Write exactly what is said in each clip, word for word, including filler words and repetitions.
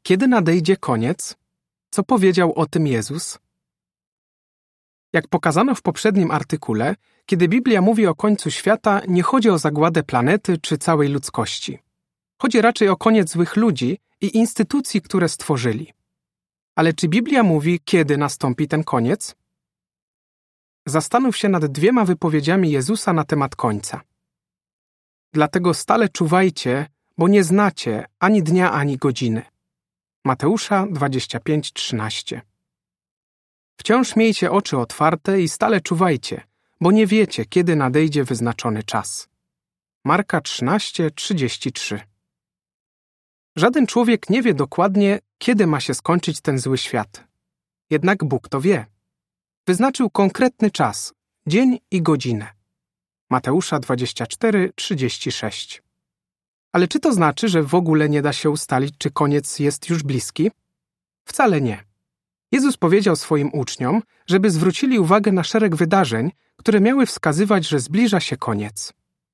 Kiedy nadejdzie koniec? Co powiedział o tym Jezus? Jak pokazano w poprzednim artykule, kiedy Biblia mówi o końcu świata, nie chodzi o zagładę planety czy całej ludzkości. Chodzi raczej o koniec złych ludzi i instytucji, które stworzyli. Ale czy Biblia mówi, kiedy nastąpi ten koniec? Zastanów się nad dwiema wypowiedziami Jezusa na temat końca. Dlatego stale czuwajcie, bo nie znacie ani dnia, ani godziny. Mateusza dwadzieścia pięć trzynaście. Wciąż miejcie oczy otwarte i stale czuwajcie, bo nie wiecie, kiedy nadejdzie wyznaczony czas. Marka trzynaście trzydzieści trzy. Żaden człowiek nie wie dokładnie, kiedy ma się skończyć ten zły świat. Jednak Bóg to wie. Wyznaczył konkretny czas, dzień i godzinę. Mateusza dwadzieścia cztery trzydzieści sześć. Ale czy to znaczy, że w ogóle nie da się ustalić, czy koniec jest już bliski? Wcale nie. Jezus powiedział swoim uczniom, żeby zwrócili uwagę na szereg wydarzeń, które miały wskazywać, że zbliża się koniec.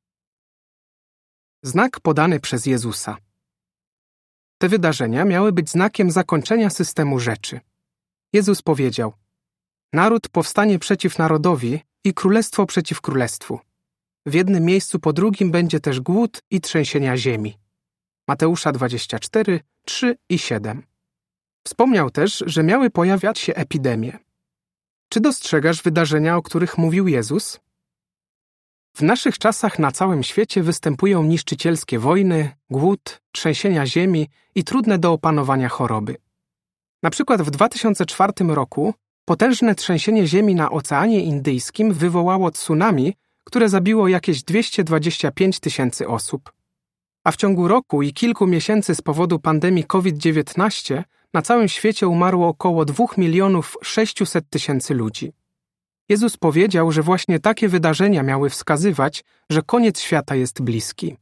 Znak podany przez Jezusa. Te wydarzenia miały być znakiem zakończenia systemu rzeczy. Jezus powiedział: naród powstanie przeciw narodowi i królestwo przeciw królestwu. W jednym miejscu po drugim będzie też głód i trzęsienia ziemi. Mateusza dwadzieścia cztery trzy i siedem. Wspomniał też, że miały pojawiać się epidemie. Czy dostrzegasz wydarzenia, o których mówił Jezus? W naszych czasach na całym świecie występują niszczycielskie wojny, głód, trzęsienia ziemi i trudne do opanowania choroby. Na przykład w dwa tysiące czwartym roku potężne trzęsienie ziemi na Oceanie Indyjskim wywołało tsunami, które zabiło jakieś dwieście dwadzieścia pięć tysięcy osób. A w ciągu roku i kilku miesięcy z powodu pandemii COVID dziewiętnaście na całym świecie umarło około dwa miliony sześćset tysięcy ludzi. Jezus powiedział, że właśnie takie wydarzenia miały wskazywać, że koniec świata jest bliski.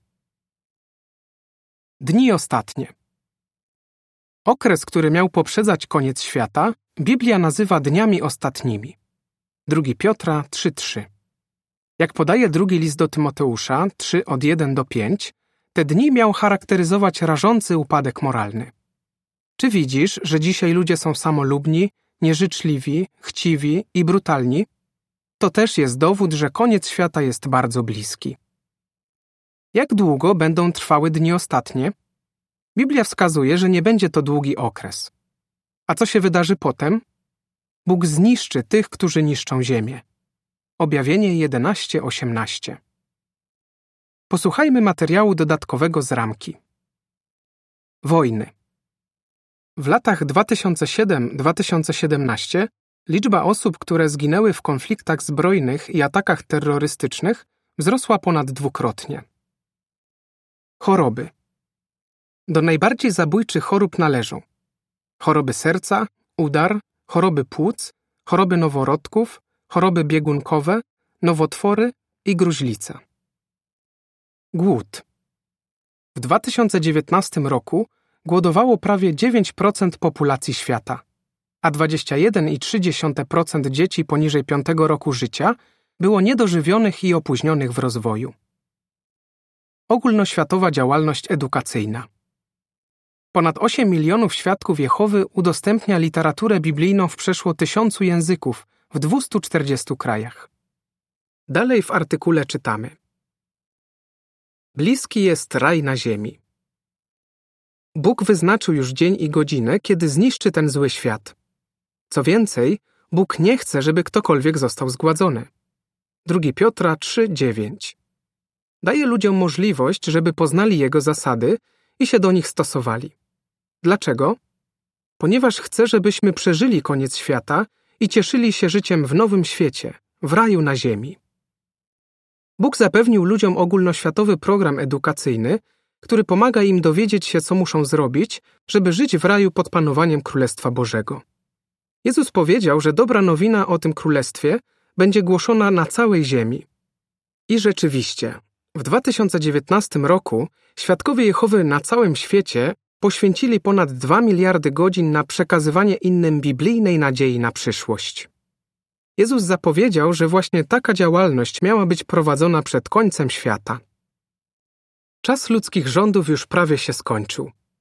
Dni ostatnie. Okres, który miał poprzedzać koniec świata, Biblia nazywa dniami ostatnimi. Drugi Piotra trzy trzy. Jak podaje drugi list do Tymoteusza trzy od jeden do pięć, te dni miał charakteryzować rażący upadek moralny. Czy widzisz, że dzisiaj ludzie są samolubni, nieżyczliwi, chciwi i brutalni? To też jest dowód, że koniec świata jest bardzo bliski. Jak długo będą trwały dni ostatnie? Biblia wskazuje, że nie będzie to długi okres. A co się wydarzy potem? Bóg zniszczy tych, którzy niszczą ziemię. Objawienie jedenaście osiemnaście. Posłuchajmy materiału dodatkowego z ramki. Wojny. W latach dwa tysiące siódmy do dwa tysiące siedemnastego liczba osób, które zginęły w konfliktach zbrojnych i atakach terrorystycznych, wzrosła ponad dwukrotnie. Choroby. Do najbardziej zabójczych chorób należą choroby serca, udar, choroby płuc, choroby noworodków, choroby biegunkowe, nowotwory i gruźlica. Głód. W dwa tysiące dziewiętnastym roku głodowało prawie dziewięć procent populacji świata, a dwadzieścia jeden przecinek trzy procent dzieci poniżej piątego roku życia było niedożywionych i opóźnionych w rozwoju. Ogólnoświatowa działalność edukacyjna. Ponad osiem milionów świadków Jehowy udostępnia literaturę biblijną w przeszło tysiącu języków w dwustu czterdziestu krajach. Dalej w artykule czytamy: bliski jest raj na ziemi. Bóg wyznaczył już dzień i godzinę, kiedy zniszczy ten zły świat. Co więcej, Bóg nie chce, żeby ktokolwiek został zgładzony. drugi Piotra trzy dziewięć. Daje ludziom możliwość, żeby poznali Jego zasady i się do nich stosowali. Dlaczego? Ponieważ chce, żebyśmy przeżyli koniec świata i cieszyli się życiem w nowym świecie, w raju na ziemi. Bóg zapewnił ludziom ogólnoświatowy program edukacyjny, który pomaga im dowiedzieć się, co muszą zrobić, żeby żyć w raju pod panowaniem Królestwa Bożego. Jezus powiedział, że dobra nowina o tym królestwie będzie głoszona na całej ziemi. I rzeczywiście, w dwa tysiące dziewiętnastym roku świadkowie Jehowy na całym świecie poświęcili ponad dwa miliardy godzin na przekazywanie innym biblijnej nadziei na przyszłość. Jezus zapowiedział, że właśnie taka działalność miała być prowadzona przed końcem świata. Czas ludzkich rządów już prawie się skończył.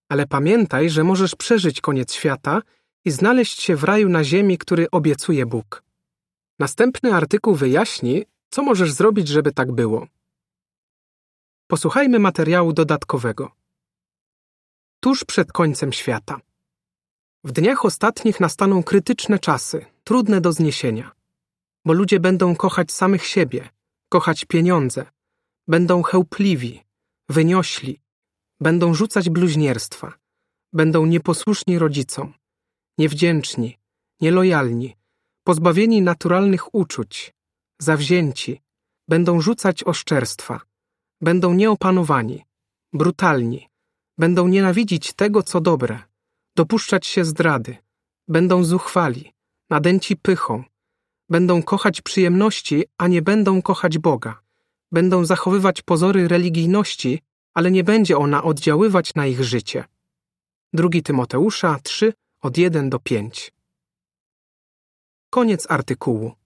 Ale pamiętaj, że możesz przeżyć koniec świata i znaleźć się w raju na ziemi, który obiecuje Bóg. Następny artykuł wyjaśni, co możesz zrobić, żeby tak było. Posłuchajmy materiału dodatkowego. Tuż przed końcem świata. W dniach ostatnich nastaną krytyczne czasy, trudne do zniesienia. Bo ludzie będą kochać samych siebie, kochać pieniądze, będą chełpliwi, wyniośli, będą rzucać bluźnierstwa, będą nieposłuszni rodzicom, niewdzięczni, nielojalni, pozbawieni naturalnych uczuć, zawzięci, będą rzucać oszczerstwa, będą nieopanowani, brutalni, będą nienawidzić tego, co dobre, dopuszczać się zdrady, będą zuchwali, nadęci pychą, będą kochać przyjemności, a nie będą kochać Boga, będą zachowywać pozory religijności, ale nie będzie ona oddziaływać na ich życie. Drugi Tymoteusza trzy, od jeden do pięć. Koniec artykułu.